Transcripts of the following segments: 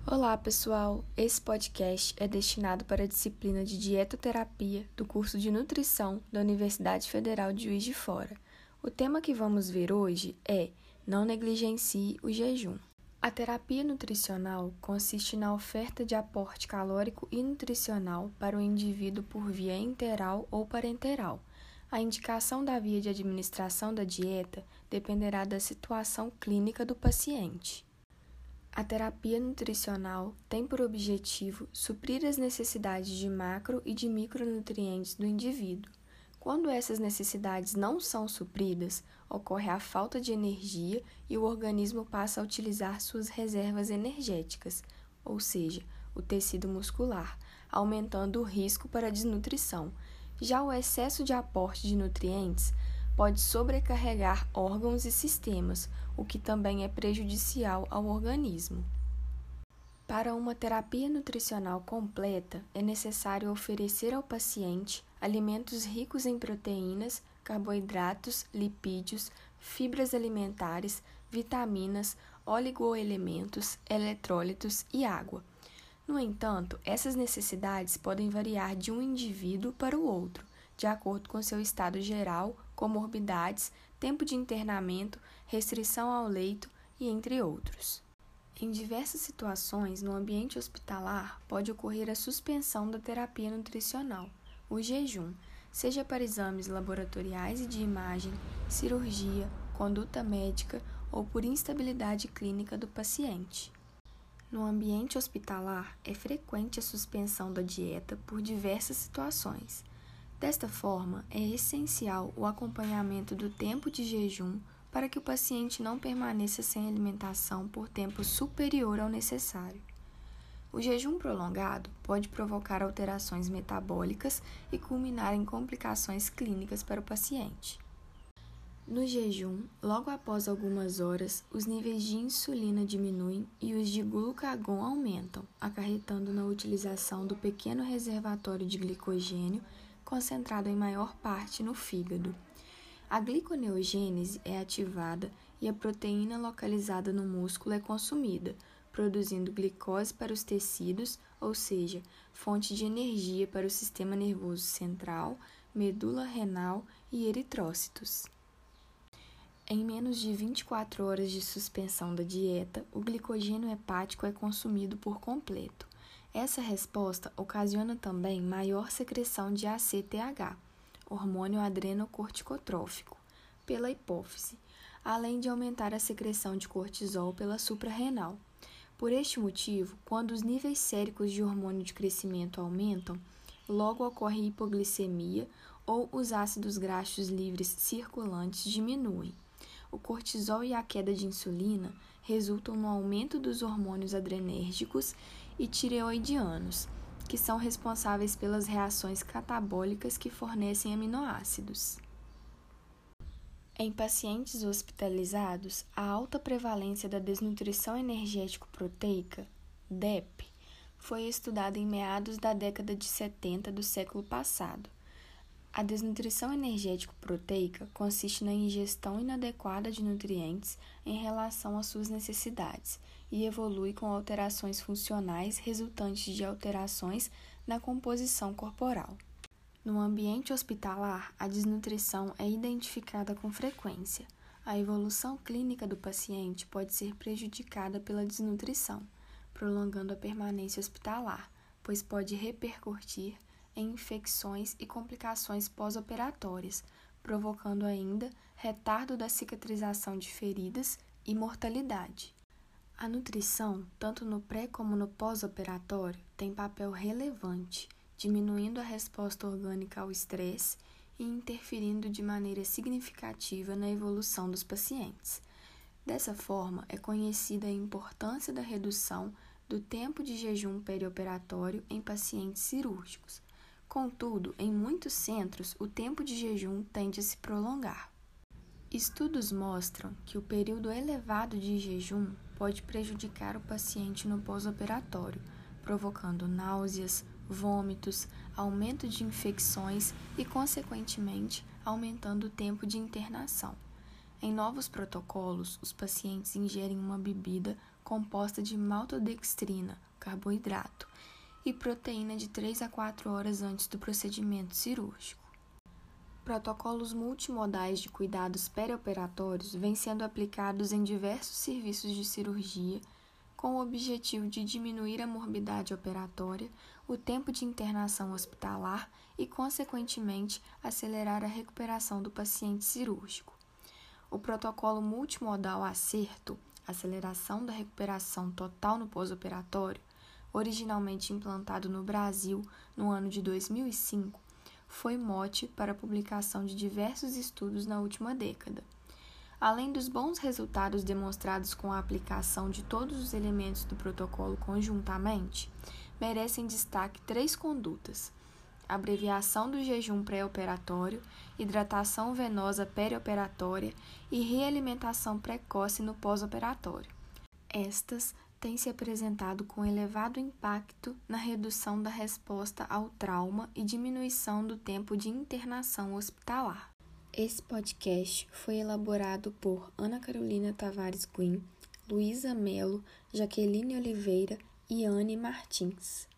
Olá, pessoal! Esse podcast é destinado para a disciplina de dietoterapia do curso de nutrição da Universidade Federal de Juiz de Fora. O tema que vamos ver hoje é Não negligencie o jejum. A terapia nutricional consiste na oferta de aporte calórico e nutricional para o indivíduo por via enteral ou parenteral. A indicação da via de administração da dieta dependerá da situação clínica do paciente. A terapia nutricional tem por objetivo suprir as necessidades de macro e de micronutrientes do indivíduo. Quando essas necessidades não são supridas, ocorre a falta de energia e o organismo passa a utilizar suas reservas energéticas, ou seja, o tecido muscular, aumentando o risco para a desnutrição. Já o excesso de aporte de nutrientes pode sobrecarregar órgãos e sistemas, o que também é prejudicial ao organismo. Para uma terapia nutricional completa, é necessário oferecer ao paciente alimentos ricos em proteínas, carboidratos, lipídios, fibras alimentares, vitaminas, oligoelementos, eletrólitos e água. No entanto, essas necessidades podem variar de um indivíduo para o outro, de acordo com seu estado geral, comorbidades, tempo de internamento, restrição ao leito e entre outros. Em diversas situações, no ambiente hospitalar, pode ocorrer a suspensão da terapia nutricional, o jejum, seja para exames laboratoriais e de imagem, cirurgia, conduta médica ou por instabilidade clínica do paciente. No ambiente hospitalar, é frequente a suspensão da dieta por diversas situações. Desta forma, é essencial o acompanhamento do tempo de jejum para que o paciente não permaneça sem alimentação por tempo superior ao necessário. O jejum prolongado pode provocar alterações metabólicas e culminar em complicações clínicas para o paciente. No jejum, logo após algumas horas, os níveis de insulina diminuem e os de glucagon aumentam, acarretando na utilização do pequeno reservatório de glicogênio concentrado em maior parte no fígado. A gliconeogênese é ativada e a proteína localizada no músculo é consumida, produzindo glicose para os tecidos, ou seja, fonte de energia para o sistema nervoso central, medula renal e eritrócitos. Em menos de 24 horas de suspensão da dieta, o glicogênio hepático é consumido por completo. Essa resposta ocasiona também maior secreção de ACTH, hormônio adrenocorticotrófico, pela hipófise, além de aumentar a secreção de cortisol pela suprarrenal. Por este motivo, quando os níveis séricos de hormônio de crescimento aumentam, logo ocorre hipoglicemia ou os ácidos graxos livres circulantes diminuem. O cortisol e a queda de insulina resultam no aumento dos hormônios adrenérgicos e tireoidianos, que são responsáveis pelas reações catabólicas que fornecem aminoácidos. Em pacientes hospitalizados, a alta prevalência da desnutrição energético-proteica, DEP, foi estudada em meados da década de 70 do século passado. A desnutrição energético-proteica consiste na ingestão inadequada de nutrientes em relação às suas necessidades e evolui com alterações funcionais resultantes de alterações na composição corporal. No ambiente hospitalar, a desnutrição é identificada com frequência. A evolução clínica do paciente pode ser prejudicada pela desnutrição, prolongando a permanência hospitalar, pois pode repercutir em infecções e complicações pós-operatórias, provocando ainda retardo da cicatrização de feridas e mortalidade. A nutrição, tanto no pré como no pós-operatório, tem papel relevante, diminuindo a resposta orgânica ao estresse e interferindo de maneira significativa na evolução dos pacientes. Dessa forma, é conhecida a importância da redução do tempo de jejum perioperatório em pacientes cirúrgicos. Contudo, em muitos centros, o tempo de jejum tende a se prolongar. Estudos mostram que o período elevado de jejum pode prejudicar o paciente no pós-operatório, provocando náuseas, vômitos, aumento de infecções e, consequentemente, aumentando o tempo de internação. Em novos protocolos, os pacientes ingerem uma bebida composta de maltodextrina, carboidrato, e proteína de 3 a 4 horas antes do procedimento cirúrgico. Protocolos multimodais de cuidados perioperatórios vêm sendo aplicados em diversos serviços de cirurgia, com o objetivo de diminuir a morbidade operatória, o tempo de internação hospitalar e, consequentemente, acelerar a recuperação do paciente cirúrgico. O protocolo multimodal ACERTO, aceleração da recuperação total no pós-operatório, originalmente implantado no Brasil no ano de 2005, foi mote para a publicação de diversos estudos na última década. Além dos bons resultados demonstrados com a aplicação de todos os elementos do protocolo conjuntamente, merecem destaque 3 condutas: abreviação do jejum pré-operatório, hidratação venosa perioperatória e realimentação precoce no pós-operatório. Estas têm se apresentado com elevado impacto na redução da resposta ao trauma e diminuição do tempo de internação hospitalar. Esse podcast foi elaborado por Ana Carolina Tavares Guim, Luísa Melo, Jaqueline Oliveira e Anne Martins.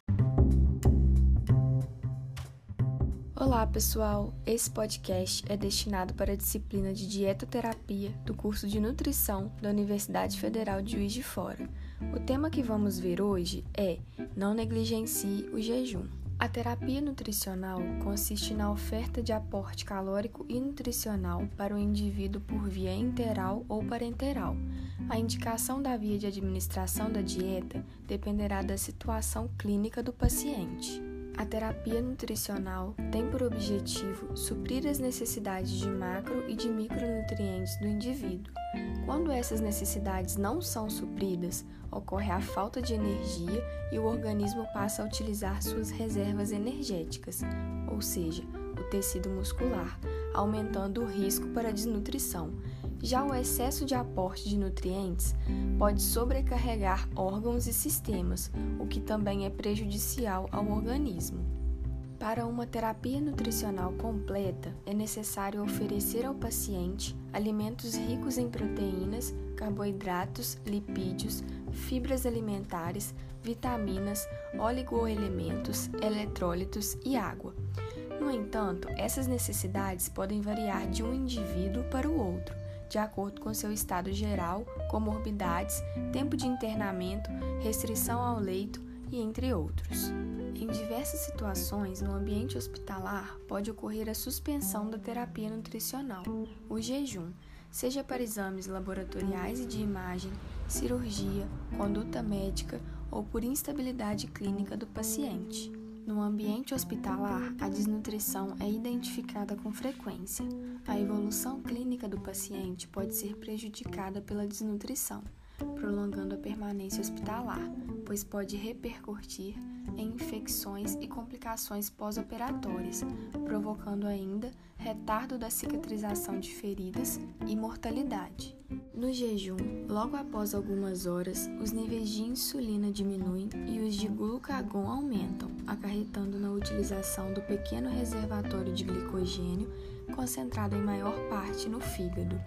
Olá, pessoal! Esse podcast é destinado para a disciplina de dietoterapia do curso de nutrição da Universidade Federal de Juiz de Fora. O tema que vamos ver hoje é Não negligencie o jejum. A terapia nutricional consiste na oferta de aporte calórico e nutricional para o indivíduo por via enteral ou parenteral. A indicação da via de administração da dieta dependerá da situação clínica do paciente. A terapia nutricional tem por objetivo suprir as necessidades de macro e de micronutrientes do indivíduo. Quando essas necessidades não são supridas, ocorre a falta de energia e o organismo passa a utilizar suas reservas energéticas, ou seja, o tecido muscular, aumentando o risco para a desnutrição. Já o excesso de aporte de nutrientes pode sobrecarregar órgãos e sistemas, o que também é prejudicial ao organismo. Para uma terapia nutricional completa, é necessário oferecer ao paciente alimentos ricos em proteínas, carboidratos, lipídios, fibras alimentares, vitaminas, oligoelementos, eletrólitos e água. No entanto, essas necessidades podem variar de um indivíduo para o outro, de acordo com seu estado geral, comorbidades, tempo de internamento, restrição ao leito e entre outros. Em diversas situações no ambiente hospitalar, pode ocorrer a suspensão da terapia nutricional, o jejum, seja para exames laboratoriais e de imagem, cirurgia, conduta médica ou por instabilidade clínica do paciente. No ambiente hospitalar, a desnutrição é identificada com frequência. A evolução clínica do paciente pode ser prejudicada pela desnutrição, prolongando a permanência hospitalar, pois pode repercutir em infecções e complicações pós-operatórias, provocando ainda retardo da cicatrização de feridas e mortalidade. No jejum, logo após algumas horas, os níveis de insulina diminuem e os de glucagon aumentam, acarretando na utilização do pequeno reservatório de glicogênio, concentrado em maior parte no fígado.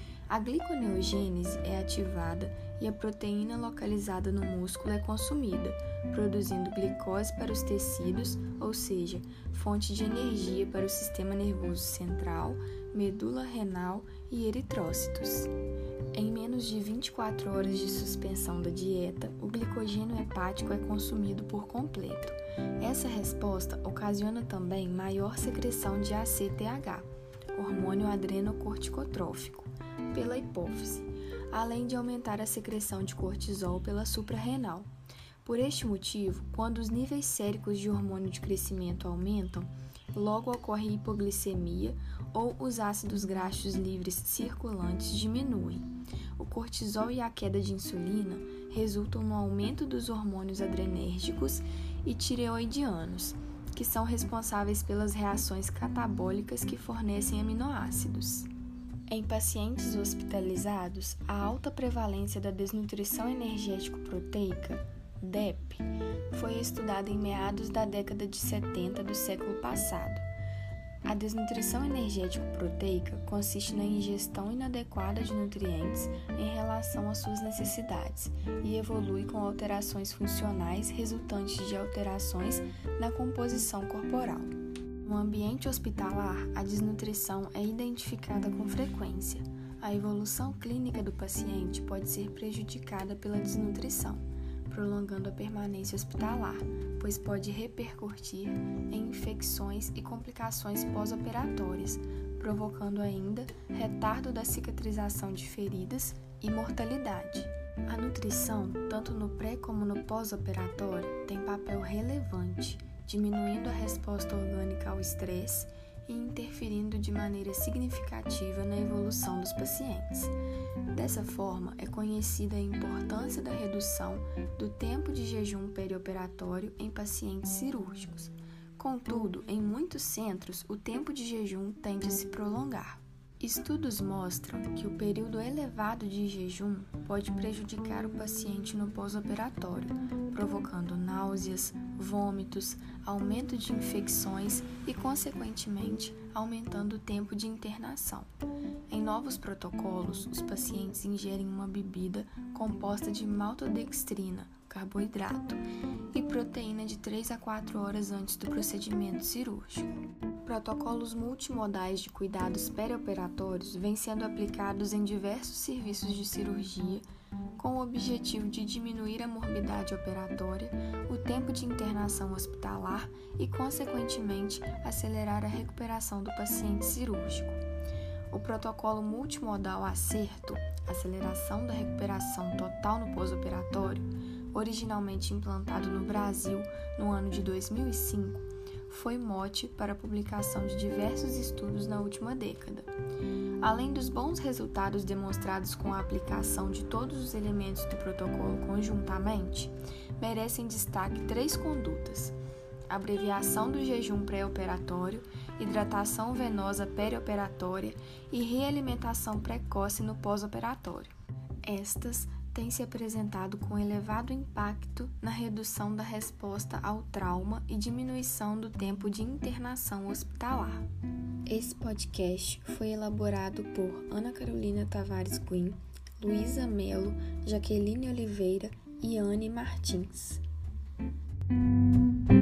A gliconeogênese é ativada e a proteína localizada no músculo é consumida, produzindo glicose para os tecidos, ou seja, fonte de energia para o sistema nervoso central, medula renal e eritrócitos. Em menos de 24 horas de suspensão da dieta, o glicogênio hepático é consumido por completo. Essa resposta ocasiona também maior secreção de ACTH, hormônio adrenocorticotrófico, pela hipófise, além de aumentar a secreção de cortisol pela suprarrenal. Por este motivo, quando os níveis séricos de hormônio de crescimento aumentam, logo ocorre hipoglicemia ou os ácidos graxos livres circulantes diminuem. O cortisol e a queda de insulina resultam no aumento dos hormônios adrenérgicos e tireoidianos, que são responsáveis pelas reações catabólicas que fornecem aminoácidos. Em pacientes hospitalizados, a alta prevalência da desnutrição energético-proteica, DEP, foi estudada em meados da década de 70 do século passado. A desnutrição energético-proteica consiste na ingestão inadequada de nutrientes em relação às suas necessidades e evolui com alterações funcionais resultantes de alterações na composição corporal. No ambiente hospitalar, a desnutrição é identificada com frequência. A evolução clínica do paciente pode ser prejudicada pela desnutrição, prolongando a permanência hospitalar, pois pode repercutir em infecções e complicações pós-operatórias, provocando ainda retardo da cicatrização de feridas e mortalidade. A nutrição, tanto no pré como no pós-operatório, tem papel relevante, diminuindo a resposta orgânica ao estresse e interferindo de maneira significativa na evolução dos pacientes. Dessa forma, é conhecida a importância da redução do tempo de jejum perioperatório em pacientes cirúrgicos. Contudo, em muitos centros, o tempo de jejum tende a se prolongar. Estudos mostram que o período elevado de jejum pode prejudicar o paciente no pós-operatório, provocando náuseas, vômitos, aumento de infecções e, consequentemente, aumentando o tempo de internação. Em novos protocolos, os pacientes ingerem uma bebida composta de maltodextrina, carboidrato, e proteína de 3 a 4 horas antes do procedimento cirúrgico. Protocolos multimodais de cuidados perioperatórios vêm sendo aplicados em diversos serviços de cirurgia, com o objetivo de diminuir a morbidade operatória, o tempo de internação hospitalar e, consequentemente, acelerar a recuperação do paciente cirúrgico. O protocolo multimodal ACERTO, aceleração da recuperação total no pós-operatório, originalmente implantado no Brasil no ano de 2005, foi mote para a publicação de diversos estudos na última década. Além dos bons resultados demonstrados com a aplicação de todos os elementos do protocolo conjuntamente, merecem destaque 3 condutas: abreviação do jejum pré-operatório, hidratação venosa perioperatória e realimentação precoce no pós-operatório. Estas têm se apresentado com elevado impacto na redução da resposta ao trauma e diminuição do tempo de internação hospitalar. Esse podcast foi elaborado por Ana Carolina Tavares Guim, Luísa Melo, Jaqueline Oliveira e Anne Martins.